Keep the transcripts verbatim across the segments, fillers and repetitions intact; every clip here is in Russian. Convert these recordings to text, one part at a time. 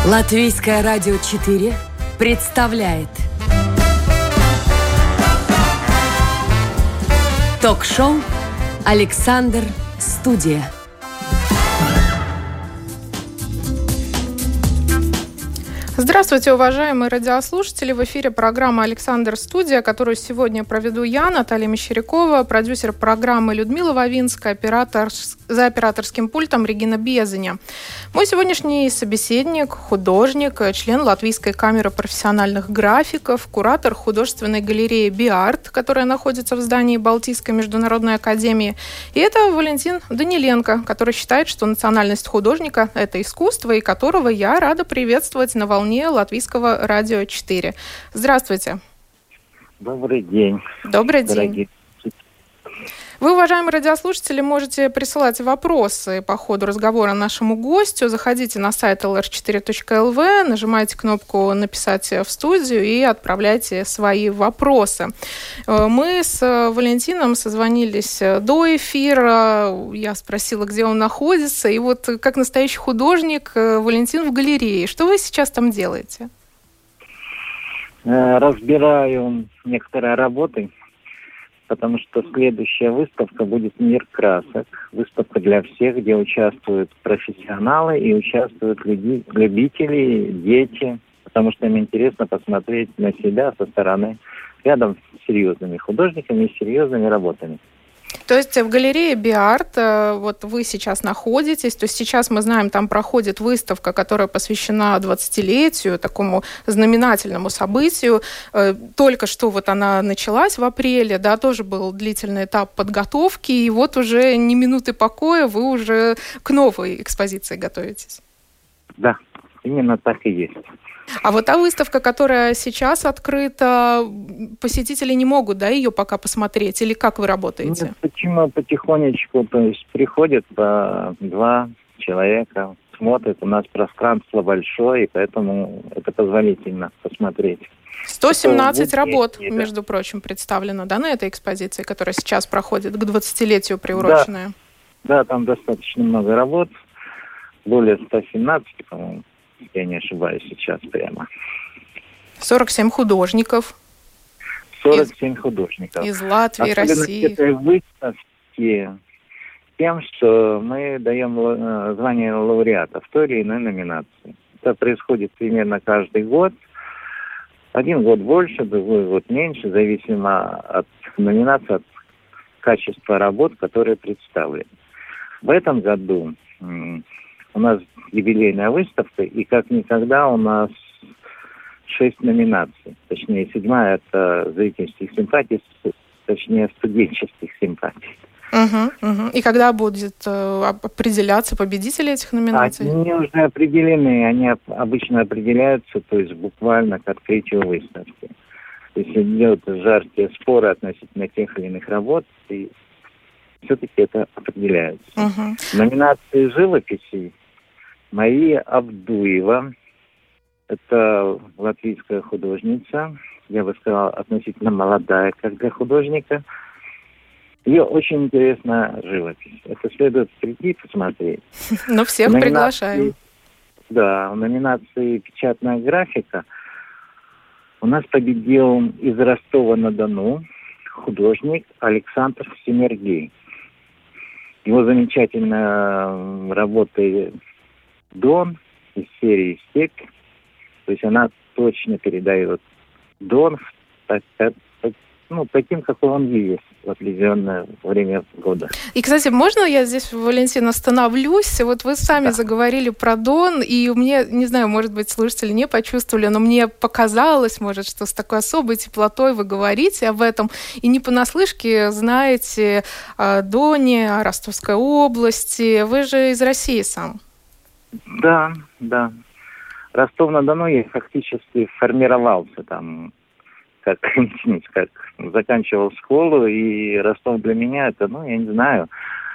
Латвийское радио четыре представляет ток-шоу «Александр Студия». Здравствуйте, уважаемые радиослушатели! В эфире программа «Александр Студия», которую сегодня проведу я, Наталья Мещерякова, продюсер программы Людмила Вавинская, оператор, за операторским пультом Регина Безаня. Мой сегодняшний собеседник, художник, член Латвийской камеры профессиональных графиков, куратор художественной галереи «Биарт», которая находится в здании Балтийской международной академии. И это Валентин Даниленко, который считает, что национальность художника – это искусство, и которого я рада приветствовать на волне Латвийского радио четыре. Здравствуйте. Добрый день. Добрый дорогие. день. Вы, уважаемые радиослушатели, можете присылать вопросы по ходу разговора нашему гостю. Заходите на сайт эл эр четыре точка эл ви, нажимайте кнопку «Написать в студию» и отправляйте свои вопросы. Мы с Валентином созвонились до эфира. Я спросила, где он находится. И вот как настоящий художник, Валентин в галерее. Что вы сейчас там делаете? Разбираю некоторые работы, потому что следующая выставка будет «Мир красок». Выставка для всех, где участвуют профессионалы и участвуют люди, любители, дети, потому что им интересно посмотреть на себя со стороны, рядом с серьезными художниками и серьезными работами. То есть в галерее «Биарт» вот вы сейчас находитесь, то есть сейчас мы знаем, там проходит выставка, которая посвящена двадцатилетию, такому знаменательному событию. Только что вот она началась в апреле, да, тоже был длительный этап подготовки, и вот уже ни минуты покоя, вы уже к новой экспозиции готовитесь. Да, именно так и есть. А вот та выставка, которая сейчас открыта, посетители не могут, да, ее пока посмотреть? Или как вы работаете? Ну, почему потихонечку, то есть приходят по два человека, смотрят, у нас пространство большое, и поэтому это позволительно посмотреть. сто семнадцать это работ, есть, между да. прочим, представлено, да, на этой экспозиции, которая сейчас проходит, к двадцатилетию приуроченная? Да, да, там достаточно много работ, более ста семнадцати, по-моему. Я не ошибаюсь сейчас прямо. сорок семь художников. сорок семь из, художников. Из Латвии, Особенность России. этой выставки тем, что мы даем звание лауреата в той или иной номинации. Это происходит примерно каждый год. Один год больше, другой год меньше, зависимо от номинации, от качества работ, которые представлены. В этом году у нас юбилейная выставка, и как никогда у нас шесть номинаций. Точнее, седьмая – это зрительских симпатий, точнее, студенческих симпатий. Угу, угу. И когда будет э, определяться победители этих номинаций? Они уже определены, они обычно определяются, то есть буквально к открытию выставки. То есть идет жаркие споры относительно тех или иных работ, и все-таки это определяется. Угу. В номинации живописи Мария Абдуева, это латвийская художница, я бы сказал, относительно молодая, как для художника. Ее очень интересна живопись. Это следует прийти посмотреть. Но всех номинации, приглашаем. Да, в номинации «Печатная графика» у нас победил из Ростова-на-Дону художник Александр Семергей. Его замечательная работа «Дон» из серии «Степь». То есть она точно передает Дон так, так, ну, таким, какой он есть в определенное время года. И, кстати, можно я здесь, Валентин, остановлюсь? Вот вы сами да. заговорили про Дон, и мне, не знаю, может быть, слушатели не почувствовали, но мне показалось, может, что с такой особой теплотой вы говорите об этом, и не понаслышке знаете о Доне, о Ростовской области. Вы же из России сам. Да, да. Ростов-на-Дону я фактически формировался там, как, как заканчивал школу, и Ростов для меня это, ну, я не знаю,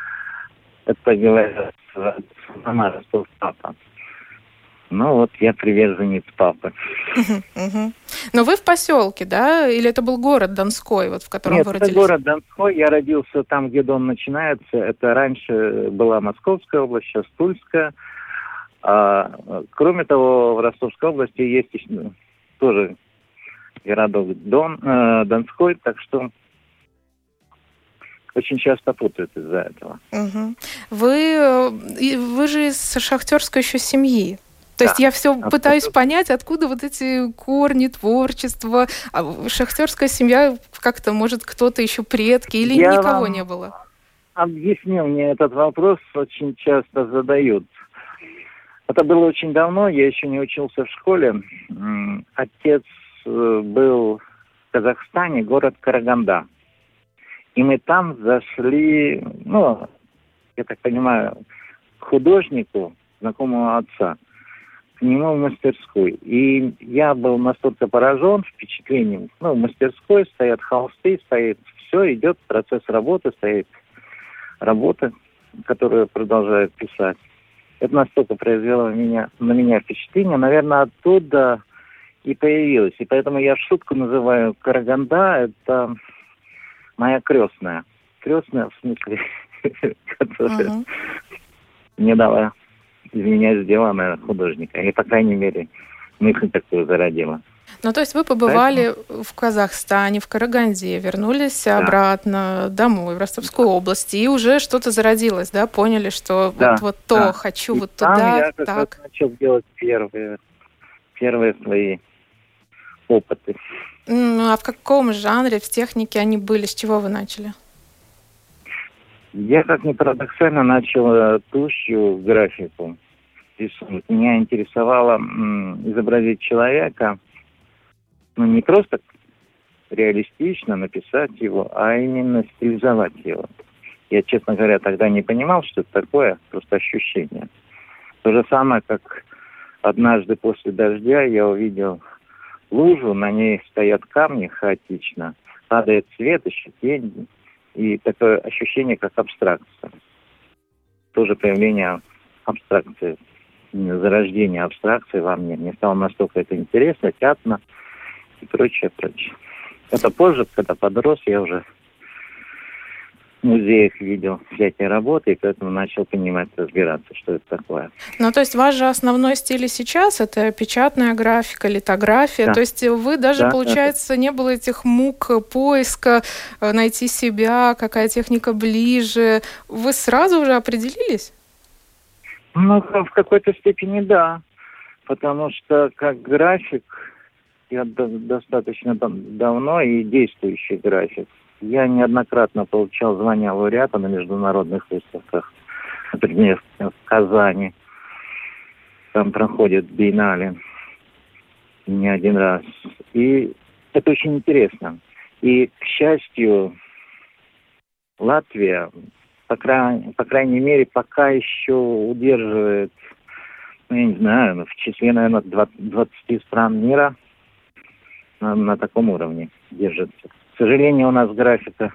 это говорят, сама Ростов папа. Ну вот, я приверженец папы. Uh-huh, uh-huh. Но вы в поселке, да? Или это был город Донской, вот в котором Нет, вы родились? это город Донской. Я родился там, где Дон начинается. Это раньше была Московская область, сейчас Тульская. А, кроме того, в Ростовской области есть тоже городок Дон, э, Донской, так что очень часто путают из-за этого. Угу. Вы, вы же из шахтерской еще семьи. То да, есть я все абсолютно. Пытаюсь понять, откуда вот эти корни творчества. Шахтерская семья, как-то, может, кто-то еще предки, или я никого не было? Объяснил мне этот вопрос, очень часто задают. Это было очень давно, я еще не учился в школе. Отец был в Казахстане, город Караганда. И мы там зашли, ну, я так понимаю, к художнику, знакомого отца, к нему в мастерскую. И я был настолько поражен впечатлением. Ну, в мастерской стоят холсты, стоит все, идет процесс работы, стоит работа, которую продолжает писать. Это настолько произвело меня, на меня впечатление. Наверное, оттуда и появилось. И поэтому я в шутку называю Караганда, это моя крестная. Крестная, в смысле, которая мне дала из меня сделанная художника. И, по крайней мере, мысль такую зародила. Ну, то есть вы побывали Поэтому... в Казахстане, в Караганде, вернулись да. обратно домой, в Ростовскую область, и уже что-то зародилось, да? Поняли, что да. вот, вот то да. хочу, и вот там туда, я как так. раз начал делать первые, первые свои опыты. Ну, а в каком жанре, в технике они были? С чего вы начали? Я, как ни парадоксально, начал тушью графику рисунок. Меня интересовало м, изобразить человека, ну, не просто реалистично написать его, а именно стилизовать его. Я, честно говоря, тогда не понимал, что это такое, просто ощущение. То же самое, как однажды после дождя я увидел лужу, на ней стоят камни хаотично, падает свет, еще тень, и такое ощущение, как абстракция. Тоже появление абстракции, зарождение абстракции во мне. Мне стало настолько это интересно, тяпно и прочее, прочее. Это позже, когда подрос, я уже в музеях видел всякие работы, и поэтому начал понимать, разбираться, что это такое. Ну, то есть ваш же основной стиль сейчас — это печатная графика, литография. Да. То есть вы даже, да, получается, да. не было этих мук поиска, найти себя, какая техника ближе. Вы сразу уже определились? Ну, в какой-то степени да. Потому что как график я достаточно давно и действующий график. Я неоднократно получал звание лауреата на международных выставках. Например, в Казани. Там проходит биеннале не один раз. И это очень интересно. И, к счастью, Латвия, по, край... по крайней мере, пока еще удерживает, ну, я не знаю, в числе, наверное, двадцати стран мира на, на таком уровне держится. К сожалению, у нас графика,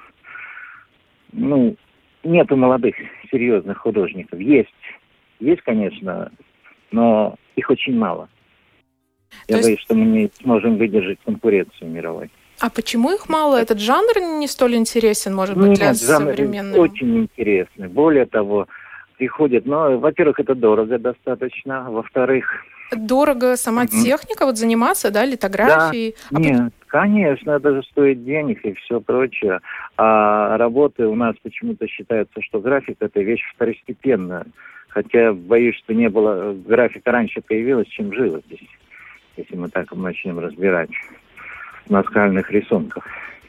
ну, нету молодых, серьезных художников. Есть, есть, конечно, но их очень мало. Я есть... боюсь, что мы не сможем выдержать конкуренцию мировой. А почему их мало? Этот жанр не столь интересен, может быть, для Нет, современного? Очень интересный. Более того, приходят, ну, во-первых, это дорого достаточно, во-вторых... Дорого сама mm-hmm. техника, вот заниматься, да, литографией? Да, а нет, по... конечно, это же стоит денег и все прочее. А работы у нас почему-то считается, что график – это вещь второстепенная. Хотя, боюсь, что не было... Графика раньше появилась, чем живопись, если мы так начнем разбирать в наскальных рисунках.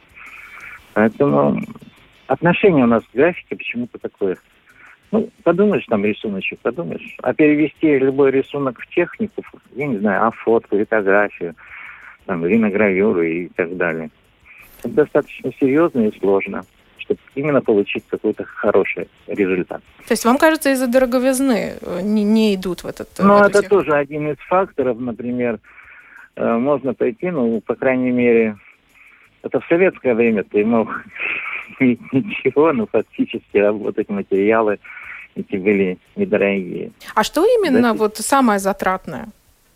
Поэтому отношение у нас к графике почему-то такое... Ну, подумаешь, там рисуночек, подумаешь. А перевести любой рисунок в технику, я не знаю, а фотку, литографию, там, линогравюру и так далее. Это достаточно серьезно и сложно, чтобы именно получить какой-то хороший результат. То есть вам кажется, из-за дороговизны не, не идут в этот... Ну, это технику? Тоже один из факторов. Например, можно пойти, ну, по крайней мере, это в советское время ты мог ничего, но фактически работать материалы эти были недорогие. А что именно Затем... вот самое затратное?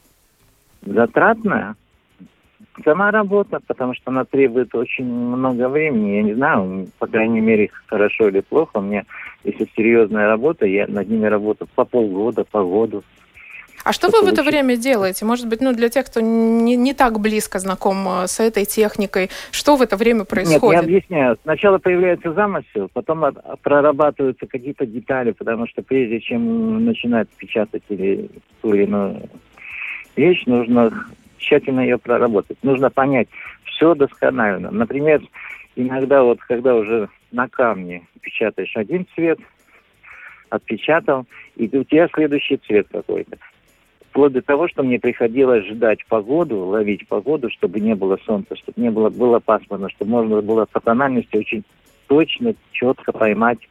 Затратное? Сама работа, потому что она требует очень много времени. Я не знаю, по крайней мере, хорошо или плохо. У меня, если серьезная работа, я над ними работаю по полгода, по году. А что вы в это время делаете? Может быть, ну, для тех, кто не, не так близко знаком с этой техникой, что в это время происходит? Нет, я объясняю. Сначала появляется замысел, потом прорабатываются какие-то детали, потому что прежде чем начинать печатать или ту или иную вещь, нужно тщательно ее проработать. Нужно понять все досконально. Например, иногда вот, когда уже на камне печатаешь один цвет, отпечатал, и у тебя следующий цвет какой-то. Вплоть до того, что мне приходилось ждать погоду, ловить погоду, чтобы не было солнца, чтобы не было, было пасмурно, чтобы можно было по тональности очень точно, четко поймать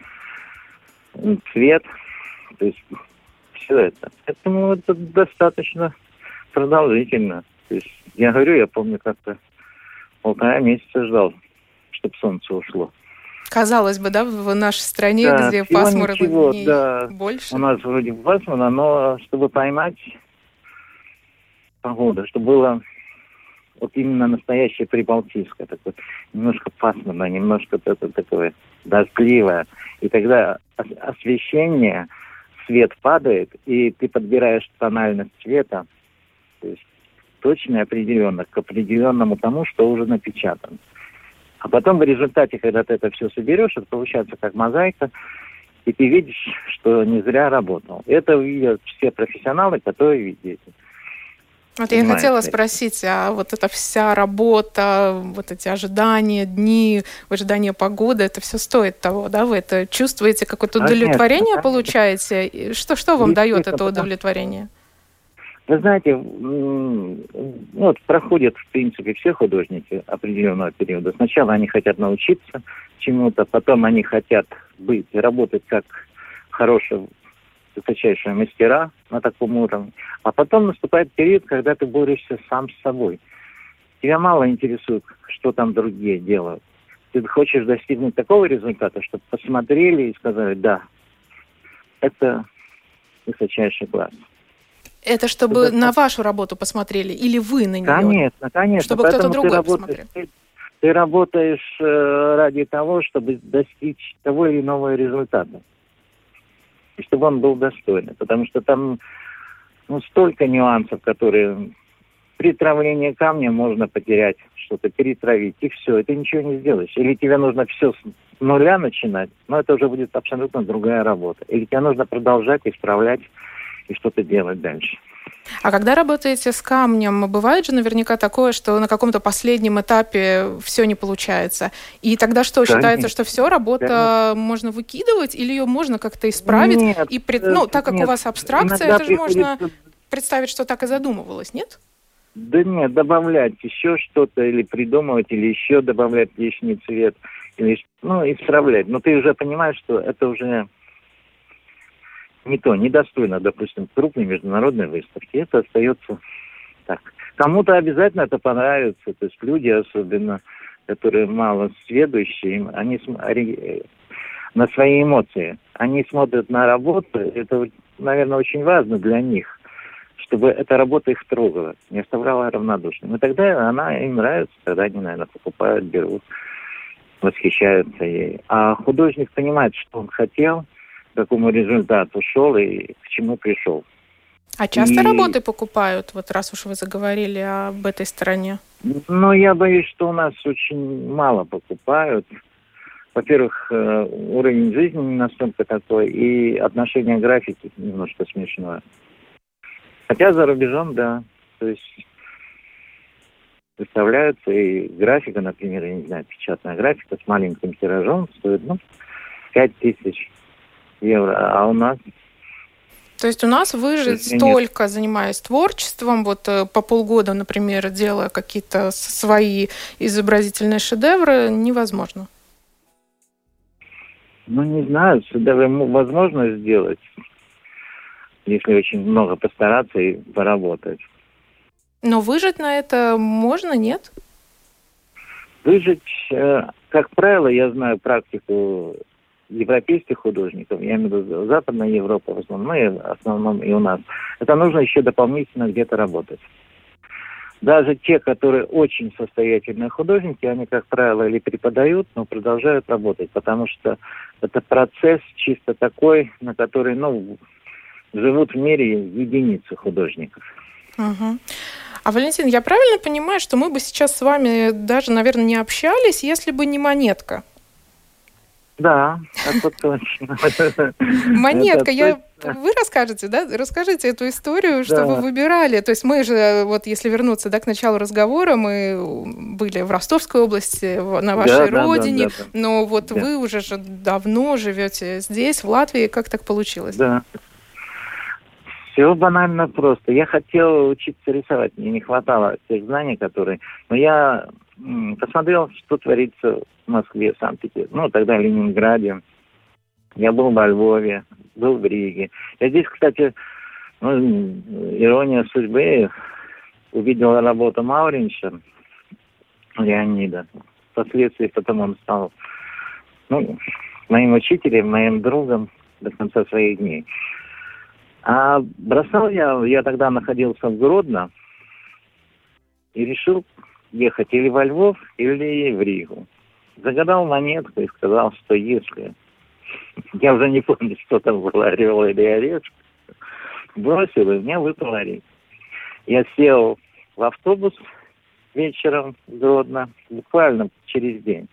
цвет. То есть все это. Поэтому это достаточно продолжительно. То есть я говорю, я помню, как-то полтора месяца ждал, чтобы солнце ушло. Казалось бы, да, в нашей стране, да, где пасмурных дней да. больше. У нас вроде пасмурно, но чтобы поймать погоду, чтобы было вот именно настоящее прибалтийское, такое немножко пасмурное, немножко это такое дождливое. И тогда освещение, свет падает, и ты подбираешь тональность цвета, то есть точно и определенно, к определенному тому, что уже напечатано. А потом в результате, когда ты это все соберешь, это получается как мозаика, и ты видишь, что не зря работал. Это видят все профессионалы, которые видят. Вот я хотела спросить, а вот эта вся работа, вот эти ожидания, дни, ожидания погоды, это все стоит того, да? Вы это чувствуете, какое-то удовлетворение конечно, получаете? Что, что вам дает это удовлетворение? Вы знаете, вот проходят, в принципе, все художники определенного периода. Сначала они хотят научиться чему-то, потом они хотят быть, работать как хорошие, высочайшие мастера на таком уровне. А потом наступает период, когда ты борешься сам с собой. Тебя мало интересует, что там другие делают. Ты хочешь достигнуть такого результата, чтобы посмотрели и сказали, да, это высочайший класс. Это чтобы это... на вашу работу посмотрели или вы на нее? Конечно, конечно. Чтобы кто-то другой посмотрел. Ты, ты работаешь э, ради того, чтобы достичь того или иного результата. И чтобы он был достойный. Потому что там ну, столько нюансов, которые... При травлении камня можно потерять что-то, перетравить, и все. Это ничего не сделаешь. Или тебе нужно все с нуля начинать, но это уже будет абсолютно другая работа. Или тебе нужно продолжать, исправлять и что-то делать дальше. А когда работаете с камнем, бывает же наверняка такое, что на каком-то последнем этапе все не получается. И тогда что, Конечно. Считается, что все, работа Конечно. Можно выкидывать, или ее можно как-то исправить? Нет, и пред... Ну, так как нет. У вас абстракция, это же приходится... можно представить, что так и задумывалось, нет? Да нет, добавлять еще что-то, или придумывать, или еще добавлять лишний цвет, или ну, исправлять. Но ты уже понимаешь, что это уже... не то, недостойно, допустим, крупной международной выставки. Это остается так. Кому-то обязательно это понравится. То есть люди, особенно, которые мало сведущие, они смотрят на свои эмоции. Они смотрят на работу. Это, наверное, очень важно для них, чтобы эта работа их трогала, не оставляла равнодушным. И тогда она им нравится, тогда они, наверное, покупают, берут, восхищаются ей. А художник понимает, что он хотел, к какому результату шел и к чему пришел. А часто и... работы покупают, вот раз уж вы заговорили об этой стороне? Ну, я боюсь, что у нас очень мало покупают. Во-первых, уровень жизни не настолько такой, и отношение к графике немножко смешное. Хотя за рубежом, да, то есть выставляются и графика, например, я не знаю, печатная графика с маленьким тиражом стоит, ну, пять тысяч евро, а у нас... То есть у нас выжить столько, нет. Занимаясь творчеством, вот по полгода, например, делая какие-то свои изобразительные шедевры, невозможно? Ну, не знаю, шедевры возможно сделать, если очень много постараться и поработать. Но выжить на это можно, нет? Выжить, э, как правило, я знаю практику европейских художников, я имею в виду Западная Европа в основном, ну и в основном и у нас. Это нужно еще дополнительно где-то работать. Даже те, которые очень состоятельные художники, они, как правило, или преподают, но продолжают работать, потому что это процесс чисто такой, на который, ну, живут в мире единицы художников. Угу. А, Валентин, я правильно понимаю, что мы бы сейчас с вами даже, наверное, не общались, если бы не монетка? Да, это точно. Монетка, я... Вы расскажете, да? Расскажите эту историю, что да. вы выбирали. То есть мы же, вот если вернуться, да, к началу разговора, мы были в Ростовской области, на вашей да, родине, да, да, да. но вот да. вы уже же давно живете здесь, в Латвии. Как так получилось? Да. Все банально просто. Я хотел учиться рисовать, мне не хватало тех знаний, которые... Но я посмотрел, что творится в Москве, в Санкт-Петербурге, ну, тогда в Ленинграде. Я был во Львове, был в Риге. Я здесь, кстати, ну, ирония судьбы, увидел работу Мауринша, Леонида. Впоследствии потом он стал ну, моим учителем, моим другом до конца своих дней. А бросал я, я тогда находился в Гродно и решил ехать или во Львов, или в Ригу. Загадал монетку и сказал, что если... Я уже не помню, что там было, орел или орешка. Бросил, и мне выпал орех. Я сел в автобус вечером в Гродно, буквально через день.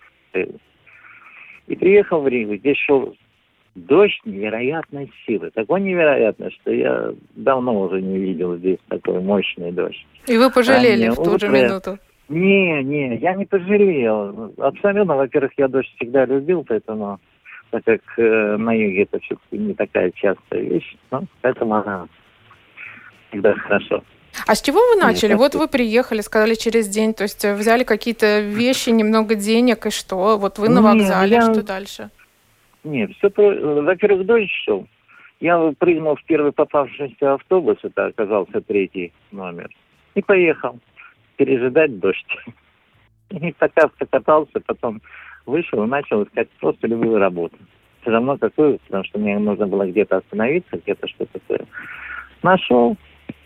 И приехал в Ригу. Здесь шел дождь невероятной силы. Такой невероятный, что я давно уже не видел здесь такой мощный дождь. И вы пожалели в ту же минуту? Не, не, я не пожалел. Абсолютно, во-первых, я дождь всегда любил, поэтому, так как э, на юге это все-таки не такая частая вещь, ну, поэтому она всегда хорошо. А с чего вы начали? Нет, вот вы приехали, сказали через день, то есть взяли какие-то вещи, немного денег, и что? Вот вы на вокзале, я... что дальше? Нет, все про... Во-первых, дождь шел. Я прыгнул в первый попавшийся автобус, это оказался третий номер, и поехал пережидать дождь. И пока покатался, потом вышел и начал искать просто любую работу. Все равно какую, потому что мне нужно было где-то остановиться, где-то что-то такое. Нашел.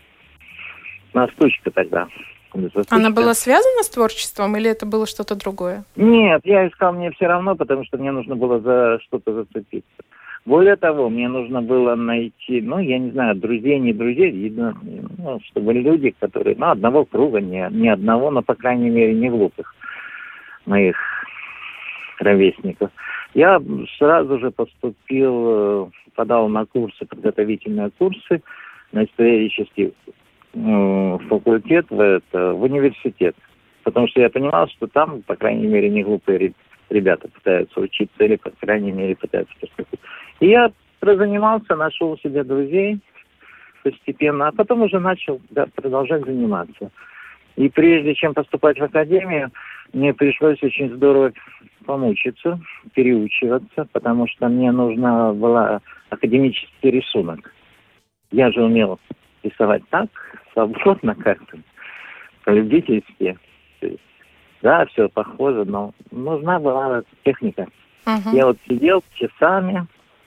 Настучка тогда. Настучка. Она была связана с творчеством или это было что-то другое? Нет, я искал, мне все равно, потому что мне нужно было за что-то зацепиться. Более того, мне нужно было найти, ну, я не знаю, друзей, не друзей, видно, ну, чтобы люди, которые, ну, одного круга, не, не одного, но, по крайней мере, не глупых моих ровесников. Я сразу же поступил, подал на курсы, подготовительные курсы на исторический факультет, в, это, в университет. Потому что я понимал, что там, по крайней мере, не глупые ребята пытаются учиться или, по крайней мере, пытаются поступить. И я прозанимался, нашел себе друзей постепенно, а потом уже начал да, продолжать заниматься. И прежде чем поступать в академию, мне пришлось очень здорово помучиться, переучиваться, потому что мне нужна была академический рисунок. Я же умел рисовать так, свободно как-то, по-любительски. Да, все похоже, но нужна была техника. Uh-huh. Я вот сидел часами,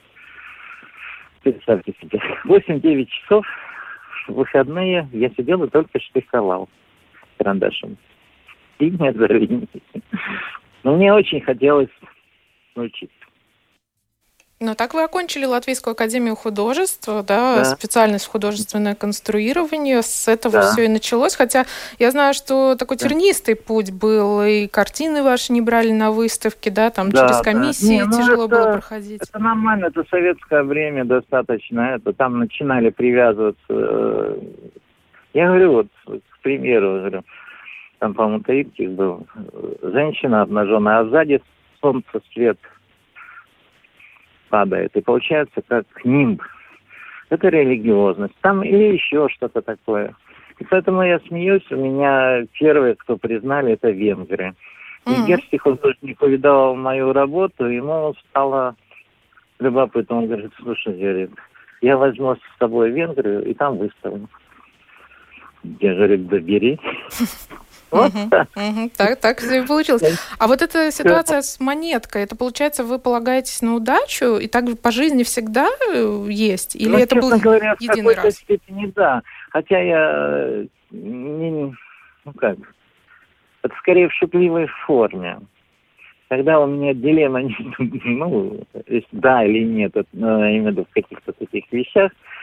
представьте себе, восемь-девять часов в выходные я сидел и только штриховал карандашем. Линия за линией. Но мне очень хотелось научиться. Ну, так вы окончили Латвийскую академию художеств, да, да. специальность художественное конструирование. С этого да. все и началось. Хотя я знаю, что такой да. тернистый путь был, и картины ваши не брали на выставке, да, там да, через комиссии да. Не, ну тяжело это, было проходить. Это нормально, это советское время достаточно. Это там начинали привязываться. Я говорю, вот, к примеру, говорю, там, по-моему, триптих был. Женщина обнаженная, а сзади солнце, свет падает. И получается как нимб. Это религиозность. Там или еще что-то такое. И поэтому я смеюсь. У меня первые, кто признали, это венгры. Mm-hmm. Венгерский художник увидал мою работу, ему стало любопытно. Он говорит, слушай, говорит, я возьму с собой Венгрию и там выставлю. Я говорю, да бери. Вот угу, так. Угу, так. Так все и получилось. А вот эта ситуация с монеткой, это, получается, вы полагаетесь на удачу, и так по жизни всегда есть? Или ну, это был говоря, единый раз? В какой-то степени да. Хотя я, не, ну как, это скорее в шутливой форме. Когда у меня дилемма, ну, да или нет, это, ну, именно в каких-то таких вещах,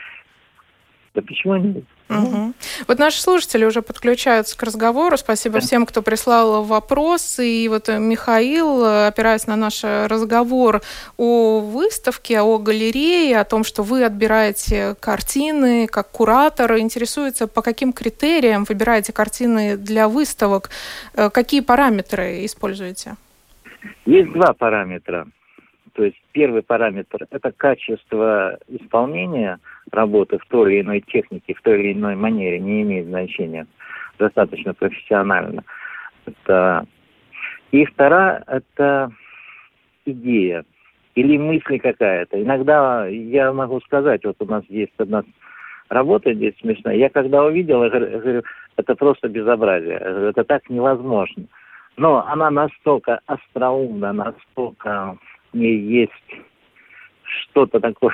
Да почему нет? Угу. Вот наши слушатели уже подключаются к разговору. Спасибо всем, кто прислал вопросы. И вот Михаил, опираясь на наш разговор о выставке, о галерее, о том, что вы отбираете картины как куратор, интересуется, по каким критериям выбираете картины для выставок, какие параметры используете? Есть два параметра. То есть первый параметр – это качество исполнения работы в той или иной технике, в той или иной манере, не имеет значения, достаточно профессионально. Это... И вторая – это идея или мысль какая-то. Иногда я могу сказать, вот у нас есть одна работа здесь смешная, я когда увидел, я говорю, это просто безобразие, это так невозможно. Но она настолько остроумна, настолько... в ней есть что-то такое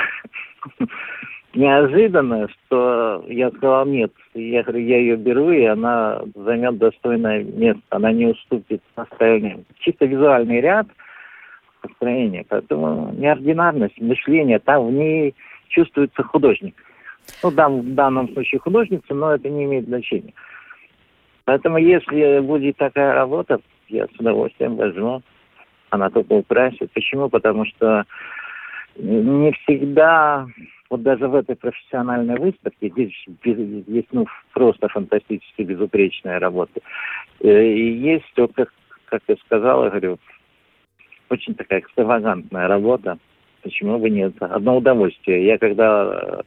неожиданное, что я сказал, нет, я говорю, я ее беру, и она займет достойное место, она не уступит настроению. Чисто визуальный ряд построения, поэтому неординарность мышления, там в ней чувствуется художник. Ну, да, в данном случае художница, но это не имеет значения. Поэтому, если будет такая работа, я с удовольствием возьму. Она только украсит. Почему? Потому что не всегда, вот даже в этой профессиональной выставке, здесь, здесь ну, просто фантастически безупречная работа. И есть, вот как, как я сказал, я говорю, очень такая экстравагантная работа. Почему бы нет? Одно удовольствие. Я когда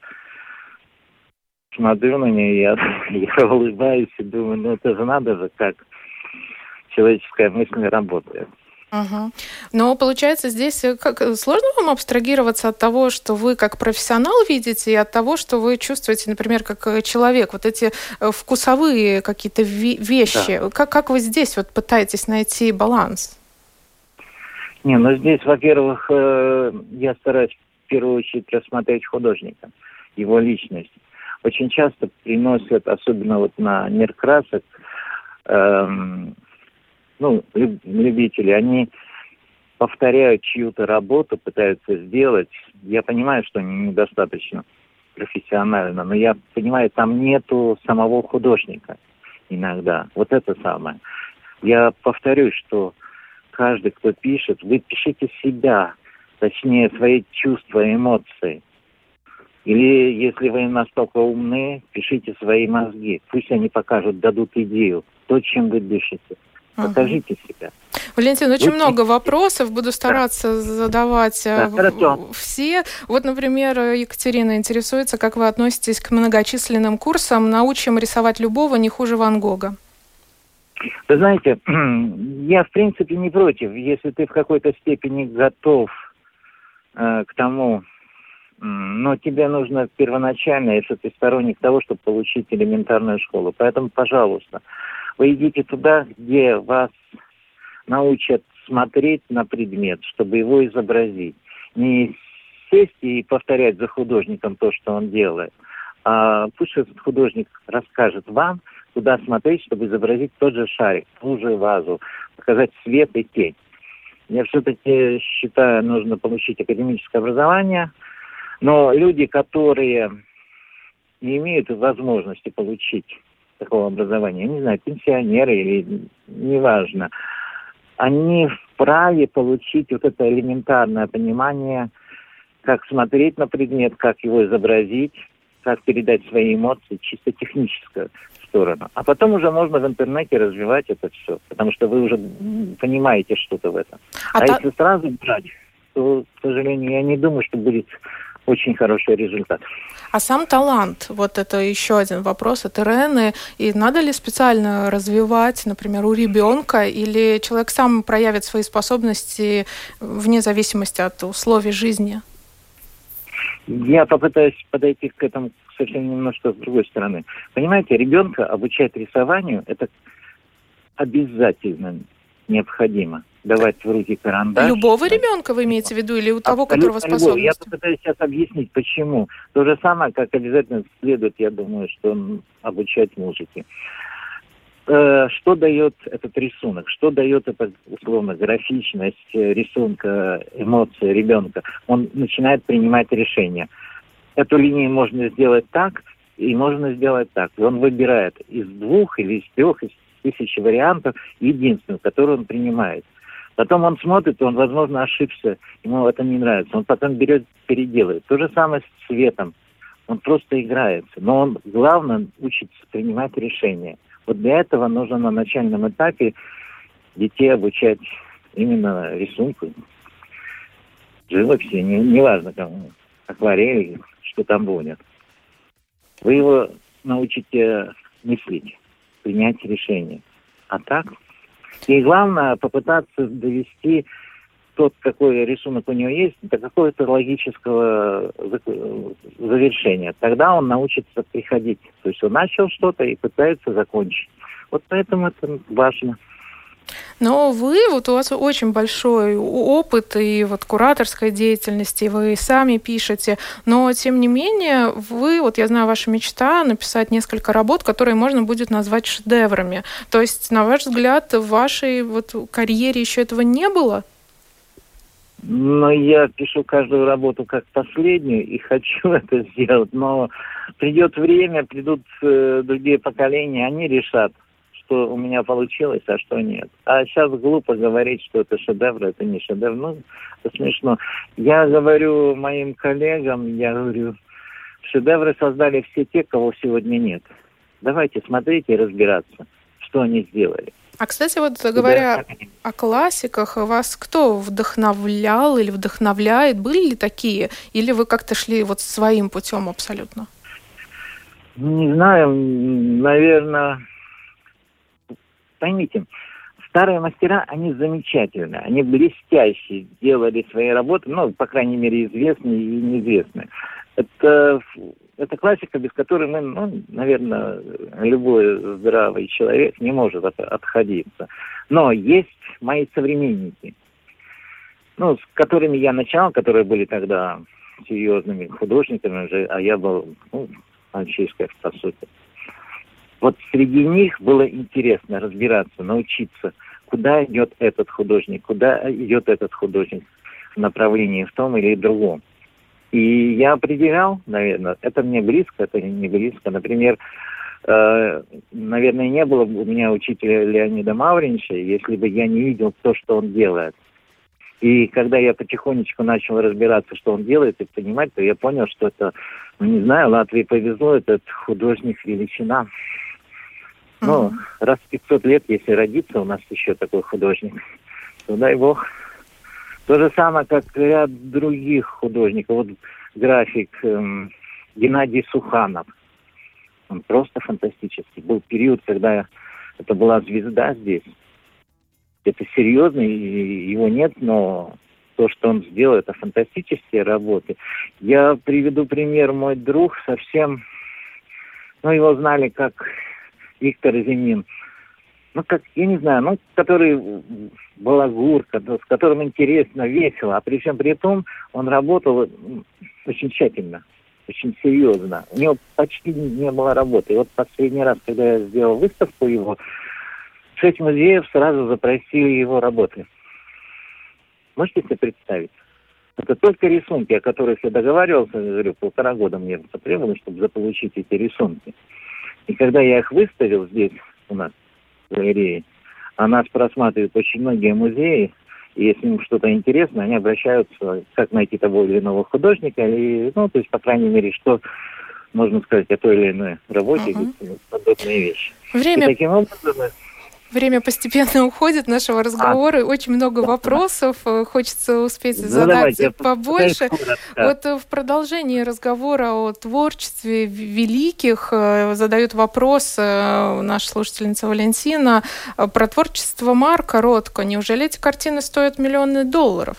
смотрю на нее, я, я улыбаюсь и думаю, ну это же надо же, как человеческая мысль работает. Угу. Но получается, здесь как, сложно вам абстрагироваться от того, что вы как профессионал видите, и от того, что вы чувствуете, например, как человек, вот эти вкусовые какие-то вещи. Да. Как, как вы здесь вот пытаетесь найти баланс? Не, ну здесь, во-первых, я стараюсь в первую очередь рассмотреть художника, его личность. Очень часто приносят, особенно вот на мир красок, эм, ну, любители, они повторяют чью-то работу, пытаются сделать. Я понимаю, что они недостаточно профессионально, но я понимаю, там нету самого художника иногда. Вот это самое. Я повторюсь, что каждый, кто пишет, вы пишите себя, точнее, свои чувства, эмоции. Или, если вы настолько умны, пишите свои мозги. Пусть они покажут, дадут идею, то, чем вы дышите. Покажите uh-huh. себя. Валентин, очень Вы... много вопросов. Буду стараться да. задавать да, все. Вот, например, Екатерина интересуется, как вы относитесь к многочисленным курсам «Научим рисовать любого не хуже Ван Гога». Вы знаете, я, в принципе, не против. Если ты в какой-то степени готов э, к тому, э, но тебе нужно первоначально, если ты сторонник того, чтобы получить элементарную школу. Поэтому, пожалуйста, вы идите туда, где вас научат смотреть на предмет, чтобы его изобразить. Не сесть и повторять за художником то, что он делает, а пусть этот художник расскажет вам, куда смотреть, чтобы изобразить тот же шарик, ту же вазу, показать свет и тень. Я все-таки считаю, нужно получить академическое образование, но люди, которые не имеют возможности получить такого образования, я не знаю, пенсионеры или неважно, они вправе получить вот это элементарное понимание, как смотреть на предмет, как его изобразить, как передать свои эмоции, чисто техническую сторону. А потом уже можно в интернете развивать это все, потому что вы уже понимаете что-то в этом. А, а та... если сразу брать, то, к сожалению, я не думаю, что будет очень хороший результат. А сам талант, вот это еще один вопрос от Ирены. И надо ли специально развивать, например, у ребенка, или человек сам проявит свои способности вне зависимости от условий жизни? Я попытаюсь подойти к этому совсем немножко с другой стороны. Понимаете, ребенка обучать рисованию – это обязательно необходимо. Давать в руки карандаш. Любого ребенка вы имеете в виду, или у того, которого способности? Я попытаюсь сейчас объяснить, почему. То же самое, как обязательно следует, я думаю, что обучать музыке. Что дает этот рисунок? Что дает эта, условно, графичность рисунка, эмоции ребенка? Он начинает принимать решения. Эту линию можно сделать так, и можно сделать так. И он выбирает из двух или из трех, из тысячи вариантов единственный, который он принимает. Потом он смотрит, он, возможно, ошибся, ему это не нравится. Он потом берет, переделывает. То же самое с цветом. Он просто играется. Но он, главное, учится принимать решения. Вот для этого нужно на начальном этапе детей обучать именно рисунку, живописи, не, не важно, кому, акварели, что там будет. Вы его научите мыслить, принять решение. А так? И главное, попытаться довести тот, какой рисунок у него есть, до какого-то логического завершения. Тогда он научится приходить. То есть он начал что-то и пытается закончить. Вот поэтому это важно. Но вы, вот у вас очень большой опыт и вот кураторской деятельности, вы сами пишете, но тем не менее вы, вот я знаю, ваша мечта написать несколько работ, которые можно будет назвать шедеврами. То есть, на ваш взгляд, в вашей вот карьере еще этого не было? Ну, я пишу каждую работу как последнюю и хочу это сделать, но придет время, придут э, другие поколения, они решат, что у меня получилось, а что нет. А сейчас глупо говорить, что это шедевр, это не шедевр. Ну, это смешно. Я говорю моим коллегам, я говорю, шедевры создали все те, кого сегодня нет. Давайте смотреть и разбираться, что они сделали. А, кстати, вот говоря да. о классиках, вас кто вдохновлял или вдохновляет? Были ли такие? Или вы как-то шли вот своим путем абсолютно? Не знаю, наверное... Поймите, старые мастера, они замечательные, они блестящие, делали свои работы, ну, по крайней мере, известные и неизвестные. Это, это классика, без которой мы, ну, наверное, любой здравый человек не может от, отходиться. Но есть мои современники, ну, с которыми я начал, которые были тогда серьезными художниками уже, а я был, ну, мальчишкой, по сути. Вот среди них было интересно разбираться, научиться, куда идет этот художник, куда идет этот художник в направлении в том или другом. И я определял, наверное, это мне близко, это не близко. Например, э, наверное, не было бы у меня учителя Леонида Мавринича, если бы я не видел то, что он делает. И когда я потихонечку начал разбираться, что он делает, и понимать, то я понял, что это, ну, не знаю, Латвии повезло, этот художник величина. Ну, mm-hmm. раз в пятьсот лет, если родится у нас еще такой художник, то дай бог. То же самое, как ряд других художников. Вот график эм, Геннадий Суханов. Он просто фантастический. Был период, когда это была звезда здесь. Это серьезно, и его нет, но то, что он сделал, это фантастические работы. Я приведу пример. Мой друг совсем... Ну, его знали как... Виктор Зимин, ну, как, я не знаю, ну, который балагур, с которым интересно, весело, а при всем при том он работал очень тщательно, очень серьезно. У него почти не было работы. И вот последний раз, когда я сделал выставку его, шесть музеев сразу запросили его работы. Можете себе представить? Это только рисунки, о которых я договаривался, я говорю, полтора года мне потребовалось, чтобы заполучить эти рисунки. И когда я их выставил здесь у нас в галерее, а нас просматривают очень многие музеи, и если им что-то интересно, они обращаются, как найти того или иного художника, и, ну, то есть, по крайней мере, что можно сказать о той или иной работе, uh-huh. подобные вещи. Время... И таким образом... Время постепенно уходит нашего разговора. А, Очень много да, вопросов. Да. Хочется успеть ну, задать давайте, побольше. Да. Вот в продолжении разговора о творчестве великих задает вопрос наша слушательница Валентина про творчество Марка Ротко. Неужели эти картины стоят миллионы долларов?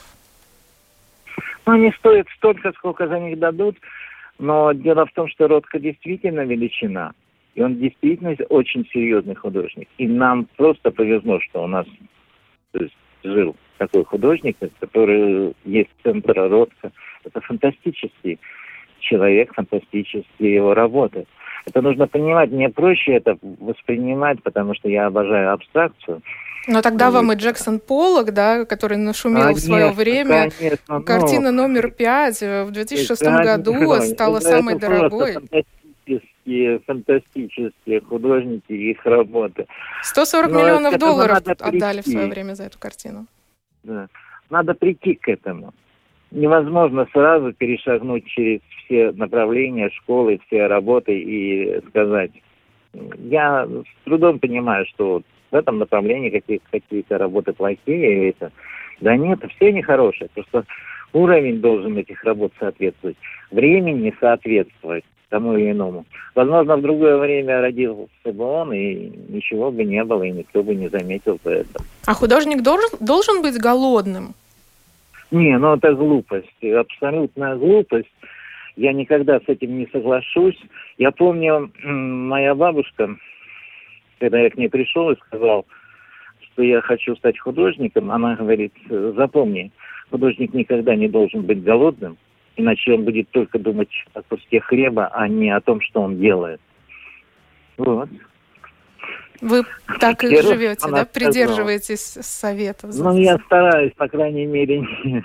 Ну, они стоят столько, сколько за них дадут. Но дело в том, что Ротко действительно величина. И он действительно очень серьезный художник. И нам просто повезло, что у нас то есть, жил такой художник, который есть центр Ротко. Это фантастический человек, фантастические его работы. Это нужно понимать. Мне проще это воспринимать, потому что я обожаю абстракцию. Но тогда вот. Вам и Джексон Поллок, да, который нашумел конечно, в свое время. Конечно, Картина ну, номер пять в две тысячи шестом году стала это, самой это дорогой. фантастические, фантастические художники и их работы. сто сорок Но миллионов долларов отдали прийти. в свое время за эту картину. Да. Надо прийти к этому. Невозможно сразу перешагнуть через все направления школы, все работы и сказать. Я с трудом понимаю, что вот в этом направлении какие- какие-то работы плохие. Это... Да нет, все они хорошие. Просто уровень должен этих работ соответствовать. Времени соответствовать тому или иному. Возможно, в другое время родился бы он, и ничего бы не было, и никто бы не заметил бы это. А художник должен, должен быть голодным? Не, ну это глупость, абсолютная глупость. Я никогда с этим не соглашусь. Я помню, моя бабушка, когда я к ней пришел и сказал, что я хочу стать художником, она говорит, запомни, художник никогда не должен быть голодным, иначе он будет только думать о куске хлеба, а не о том, что он делает. Вот. Вы так и Во-первых, живете, она да? сказала. Придерживаетесь советов? Ну, я стараюсь, по крайней мере,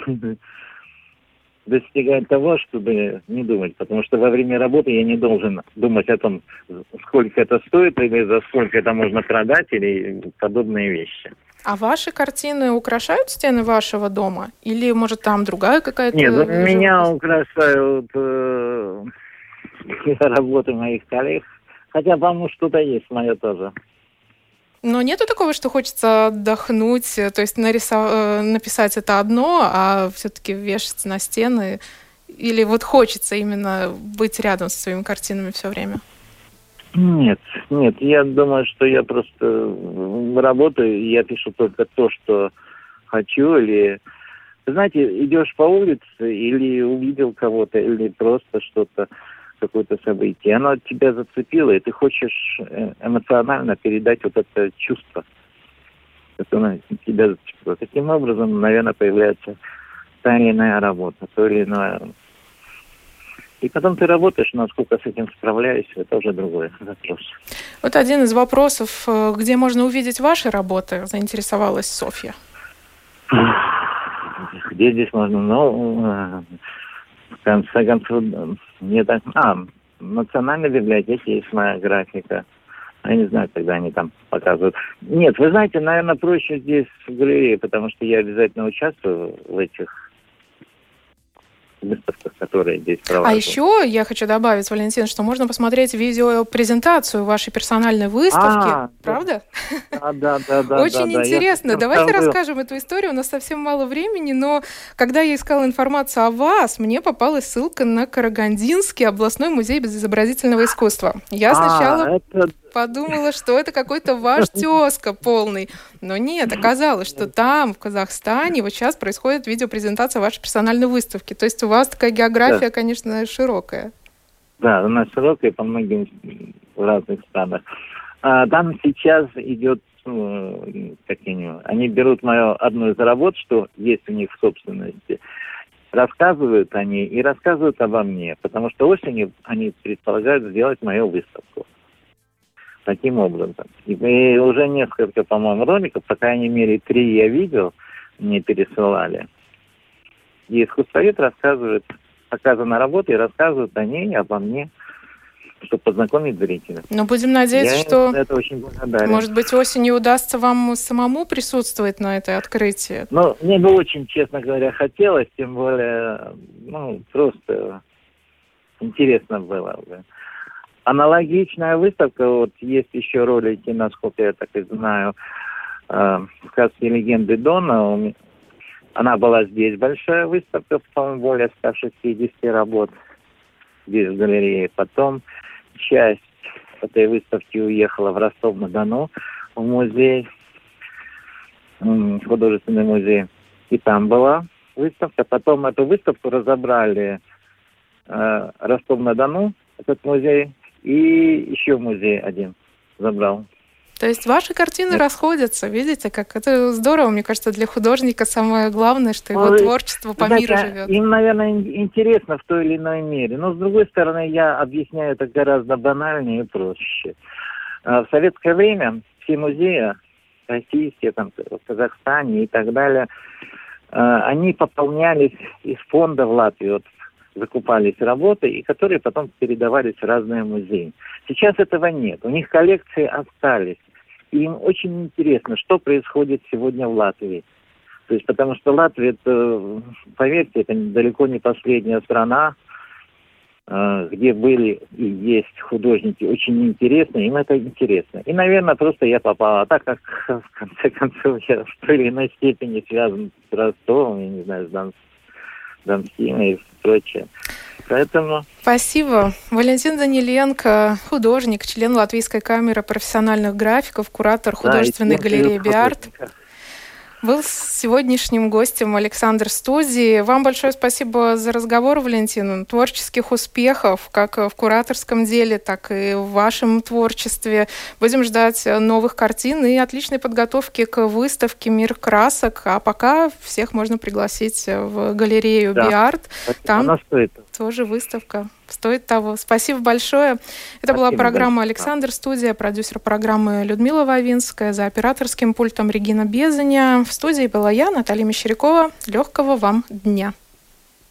достигать того, чтобы не думать. Потому что во время работы я не должен думать о том, сколько это стоит, или за сколько это можно продать, или подобные вещи. А ваши картины украшают стены вашего дома? Или, может, там другая какая-то... Нет, живопись? меня украшают э, работы моих коллег. Хотя, по-моему, что-то есть мое тоже. Но нету такого, что хочется отдохнуть, то есть нарисов... написать это одно, а все-таки вешать на стены? Или вот хочется именно быть рядом со своими картинами все время? Нет, нет, я думаю, что я просто работаю, и я пишу только то, что хочу, или... Знаете, идешь по улице, или увидел кого-то, или просто что-то, какое-то событие, оно тебя зацепило, и ты хочешь эмоционально передать вот это чувство, которое тебя зацепило. Таким образом, наверное, появляется та или иная работа, то или иное. И потом ты работаешь, насколько с этим справляешься, это уже другой вопрос. Вот один из вопросов, где можно увидеть ваши работы, заинтересовалась Софья. Где здесь можно? Ну, в конце концов, не так... А, в Национальной библиотеке есть моя графика. Я не знаю, когда они там показывают. Нет, вы знаете, наверное, проще здесь в галерее, потому что я обязательно участвую в этих выставках, которые здесь проводятся. А еще я хочу добавить, Валентин, что можно посмотреть видеопрезентацию вашей персональной выставки. А, правда? Да, да, да. да Очень да, интересно. Да. Давайте расскажем эту историю. У нас совсем мало времени, но когда я искала информацию о вас, мне попалась ссылка на Карагандинский областной музей изобразительного искусства. Я сначала... А, это... подумала, что это какой-то ваш тезка полный. Но нет, оказалось, что там, в Казахстане, вот сейчас происходит видеопрезентация вашей персональной выставки. То есть у вас такая география, да. конечно, широкая. Да, у нас широкая по многим разных странах. А, там сейчас идет, ну, какие-нибудь, они берут мою одну из работ, что есть у них в собственности, рассказывают они и рассказывают обо мне, потому что осенью они предполагают сделать мою выставку. Таким образом. И, и уже несколько, по-моему, роликов, по крайней мере, три я видел, мне пересылали. И искусствовед рассказывает, показана работа, и рассказывает о ней, обо мне, чтобы познакомить зрителя. Но будем надеяться, я что, это очень благодарен. Может быть, осенью удастся вам самому присутствовать на этой открытии? Ну, мне бы очень, честно говоря, хотелось, тем более, ну, просто интересно было бы. Аналогичная выставка, вот есть еще ролики, насколько я так и знаю, э, сказки и легенды Дона. Она была здесь, большая выставка, по-моему, более ста шестидесяти работ здесь в галерее. Потом часть этой выставки уехала в Ростов-на-Дону, в музей, в художественный музей. И там была выставка. Потом эту выставку разобрали э, Ростов-на-Дону, этот музей, и еще музей один забрал. То есть ваши картины Нет. расходятся, видите, как это здорово. Мне кажется, для художника самое главное, что его ну, творчество по знаете, миру живет. Им, наверное, интересно в той или иной мере. Но, с другой стороны, я объясняю это гораздо банальнее и проще. В советское время все музеи российские, там, в Казахстане и так далее, они пополнялись из фонда в Латвии. Вот закупались работы, и которые потом передавались в разные музеи. Сейчас этого нет. У них коллекции остались. И им очень интересно, что происходит сегодня в Латвии. То есть, потому что Латвия, это, поверьте, это далеко не последняя страна, где были и есть художники очень интересные, им это интересно. И, наверное, просто я попал. А так как, в конце концов, я в той или иной степени связан с Ростовом, я не знаю, с Дон, Донским и прочее. Поэтому... Спасибо. Валентин Даниленко, художник, член Латвийской камеры профессиональных графиков, куратор художественной да, галереи «Биарт». Был сегодняшним гостем Александр студии. Вам большое спасибо за разговор, Валентин. Творческих успехов как в кураторском деле, так и в вашем творчестве. Будем ждать новых картин и отличной подготовки к выставке «Мир красок». А пока всех можно пригласить в галерею да. «Биарт». Там тоже выставка. Стоит того. Спасибо большое. Это Спасибо была программа большое. «Александр студия», продюсер программы Людмила Вавинская, за операторским пультом Регина Безаня. В студии была я, Наталья Мещерякова. Легкого вам дня.